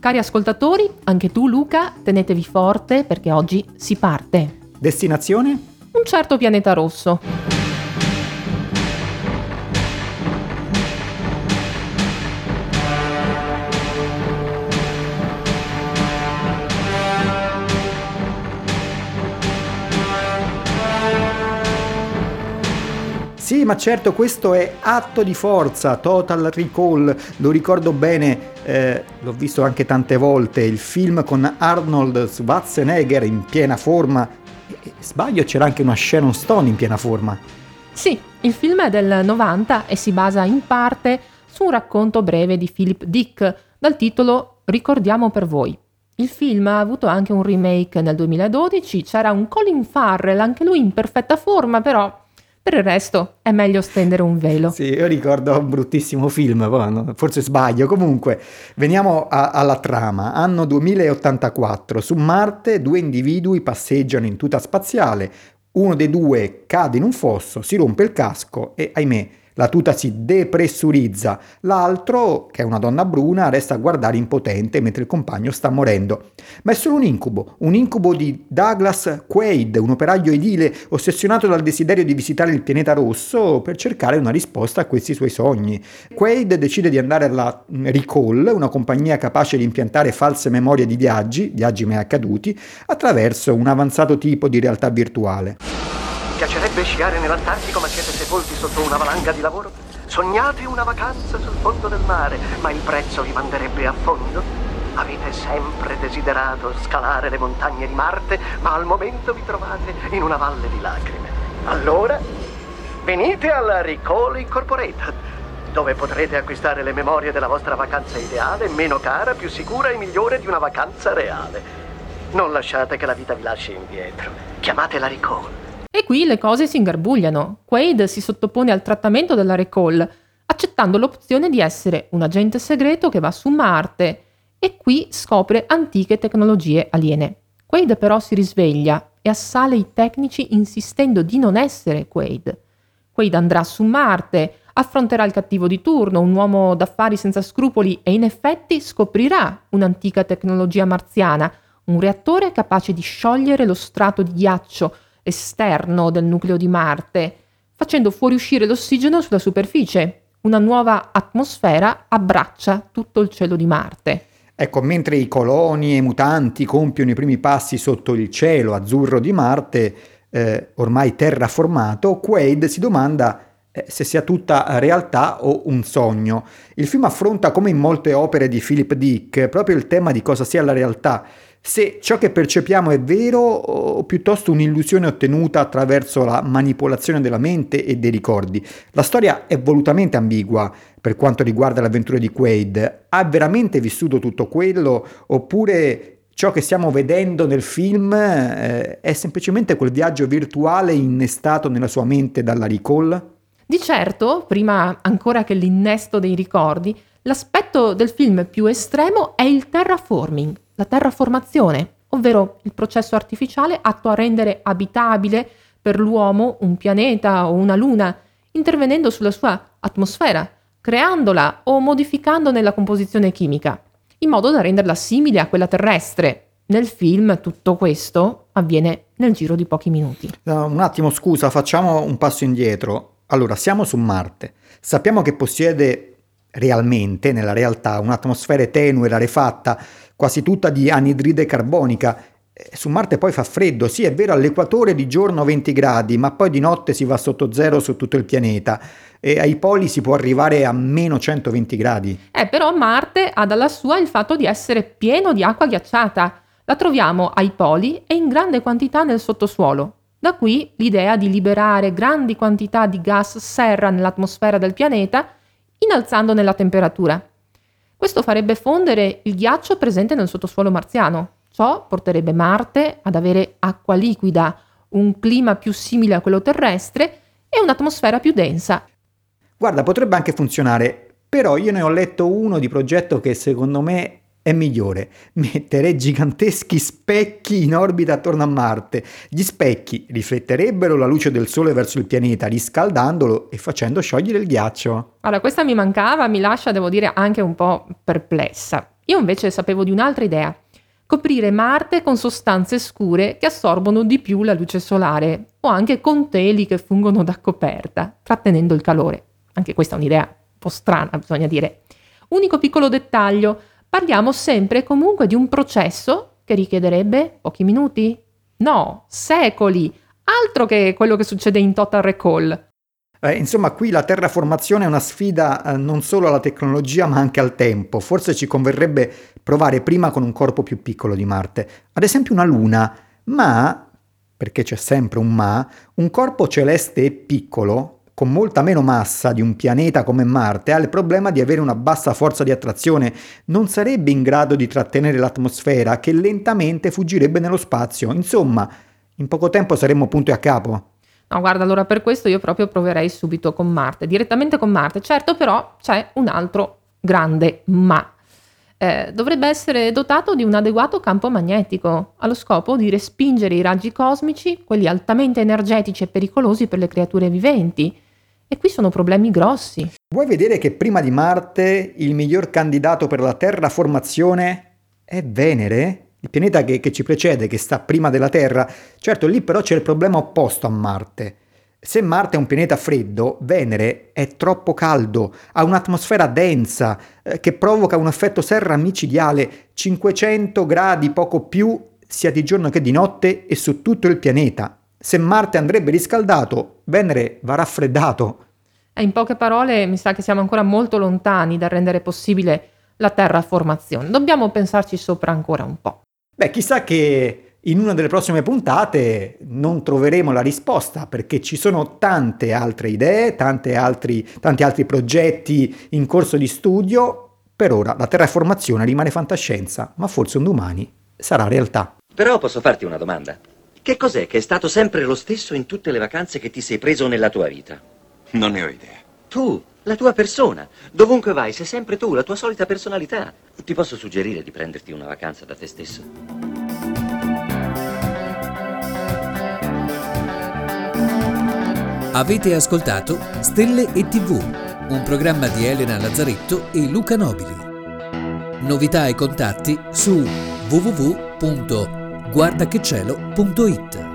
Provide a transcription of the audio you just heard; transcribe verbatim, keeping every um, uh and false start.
Cari ascoltatori, anche tu Luca, tenetevi forte perché oggi si parte. Destinazione? Un certo pianeta rosso. Sì, ma certo, questo è Atto di forza, Total Recall, lo ricordo bene, eh, l'ho visto anche tante volte, il film con Arnold Schwarzenegger in piena forma, e, e, sbaglio, c'era anche una Sharon Stone in piena forma. Sì, il film è del novanta e si basa in parte su un racconto breve di Philip Dick dal titolo Ricordiamo per voi. Il film ha avuto anche un remake nel duemiladodici, c'era un Colin Farrell, anche lui in perfetta forma, però per il resto è meglio stendere un velo. Sì, io ricordo un bruttissimo film, forse sbaglio. Comunque, veniamo a, alla trama. Anno duemilaottantaquattro, su Marte due individui passeggiano in tuta spaziale, uno dei due cade in un fosso, si rompe il casco e, ahimè, la tuta si depressurizza. L'altro, che è una donna bruna, resta a guardare impotente mentre il compagno sta morendo. Ma è solo un incubo, un incubo di Douglas Quaid, un operaio edile ossessionato dal desiderio di visitare il pianeta rosso per cercare una risposta a questi suoi sogni. Quaid decide di andare alla Recall, una compagnia capace di impiantare false memorie di viaggi, viaggi mai accaduti, attraverso un avanzato tipo di realtà virtuale. Mi piacerebbe sciare nell'Antartico, ma siete sepolti sotto una valanga di lavoro? Sognate una vacanza sul fondo del mare, ma il prezzo vi manderebbe a fondo? Avete sempre desiderato scalare le montagne di Marte, ma al momento vi trovate in una valle di lacrime. Allora, venite alla Recall Incorporated, dove potrete acquistare le memorie della vostra vacanza ideale, meno cara, più sicura e migliore di una vacanza reale. Non lasciate che la vita vi lasci indietro. Chiamate la Recall. E qui le cose si ingarbugliano. Quaid si sottopone al trattamento della Recall, accettando l'opzione di essere un agente segreto che va su Marte e qui scopre antiche tecnologie aliene. Quaid però si risveglia e assale i tecnici insistendo di non essere Quaid. Quaid andrà su Marte, affronterà il cattivo di turno, un uomo d'affari senza scrupoli e in effetti scoprirà un'antica tecnologia marziana, un reattore capace di sciogliere lo strato di ghiaccio esterno del nucleo di Marte, facendo fuoriuscire l'ossigeno sulla superficie. Una nuova atmosfera abbraccia tutto il cielo di Marte. Ecco, mentre i coloni e i mutanti compiono i primi passi sotto il cielo azzurro di Marte, eh, ormai terraformato, Quaid si domanda eh, se sia tutta realtà o un sogno. Il film affronta, come in molte opere di Philip Dick, proprio il tema di cosa sia la realtà. Se ciò che percepiamo è vero o piuttosto un'illusione ottenuta attraverso la manipolazione della mente e dei ricordi. La storia è volutamente ambigua per quanto riguarda l'avventura di Quaid. Ha veramente vissuto tutto quello oppure ciò che stiamo vedendo nel film eh, è semplicemente quel viaggio virtuale innestato nella sua mente dalla Recall? Di certo, prima ancora che l'innesto dei ricordi, l'aspetto del film più estremo è il terraforming, la terraformazione, ovvero il processo artificiale atto a rendere abitabile per l'uomo un pianeta o una luna, intervenendo sulla sua atmosfera, creandola o modificandone la composizione chimica, in modo da renderla simile a quella terrestre. Nel film tutto questo avviene nel giro di pochi minuti. Uh, un attimo, scusa, facciamo un passo indietro. Allora, siamo su Marte. Sappiamo che possiede realmente, nella realtà, un'atmosfera tenue, rarefatta, quasi tutta di anidride carbonica. Su Marte poi fa freddo, sì è vero, all'equatore di giorno venti gradi, ma poi di notte si va sotto zero su tutto il pianeta e ai poli si può arrivare a meno centoventi gradi. Eh, però Marte ha dalla sua il fatto di essere pieno di acqua ghiacciata. La troviamo ai poli e in grande quantità nel sottosuolo. Da qui l'idea di liberare grandi quantità di gas serra nell'atmosfera del pianeta, innalzandone la temperatura. Questo farebbe fondere il ghiaccio presente nel sottosuolo marziano. Ciò porterebbe Marte ad avere acqua liquida, un clima più simile a quello terrestre e un'atmosfera più densa. Guarda, potrebbe anche funzionare, però io ne ho letto uno di progetto che secondo me è migliore. Mettere giganteschi specchi in orbita attorno a Marte. Gli specchi rifletterebbero la luce del Sole verso il pianeta, riscaldandolo e facendo sciogliere il ghiaccio. Allora, questa mi mancava, mi lascia, devo dire, anche un po' perplessa. Io invece sapevo di un'altra idea: coprire Marte con sostanze scure che assorbono di più la luce solare, o anche con teli che fungono da coperta, trattenendo il calore. Anche questa è un'idea un po' strana, bisogna dire. Unico piccolo dettaglio: parliamo sempre e comunque di un processo che richiederebbe pochi minuti? No, secoli! Altro che quello che succede in Total Recall. Eh, insomma, qui la terraformazione è una sfida eh, non solo alla tecnologia ma anche al tempo. Forse ci converrebbe provare prima con un corpo più piccolo di Marte, ad esempio una luna, ma, perché c'è sempre un ma, un corpo celeste e piccolo, con molta meno massa di un pianeta come Marte, ha il problema di avere una bassa forza di attrazione, non sarebbe in grado di trattenere l'atmosfera che lentamente fuggirebbe nello spazio. Insomma, in poco tempo saremmo punto e a capo. No, guarda, allora per questo io proprio proverei subito con Marte, direttamente con Marte. Certo, però c'è un altro grande ma. Eh, dovrebbe essere dotato di un adeguato campo magnetico, allo scopo di respingere i raggi cosmici, quelli altamente energetici e pericolosi per le creature viventi. E qui sono problemi grossi. Vuoi vedere che prima di Marte il miglior candidato per la terraformazione è Venere? Il pianeta che, che ci precede, che sta prima della Terra. Certo, lì però c'è il problema opposto a Marte. Se Marte è un pianeta freddo, Venere è troppo caldo, ha un'atmosfera densa eh, che provoca un effetto serra micidiale, cinquecento gradi poco più sia di giorno che di notte e su tutto il pianeta. Se Marte andrebbe riscaldato, Venere va raffreddato. E in poche parole mi sa che siamo ancora molto lontani dal rendere possibile la terraformazione. Dobbiamo pensarci sopra ancora un po'. Beh, chissà che in una delle prossime puntate non troveremo la risposta, perché ci sono tante altre idee, tante altri, tanti altri progetti in corso di studio. Per ora la terraformazione rimane fantascienza, ma forse un domani sarà realtà. Però posso farti una domanda? Che cos'è che è stato sempre lo stesso in tutte le vacanze che ti sei preso nella tua vita? Non ne ho idea. Tu, la tua persona. Dovunque vai, sei sempre tu, la tua solita personalità. Ti posso suggerire di prenderti una vacanza da te stesso. Avete ascoltato Stelle e tivù, un programma di Elena Lazzaretto e Luca Nobili. Novità e contatti su w w w punto guardachecielo punto it.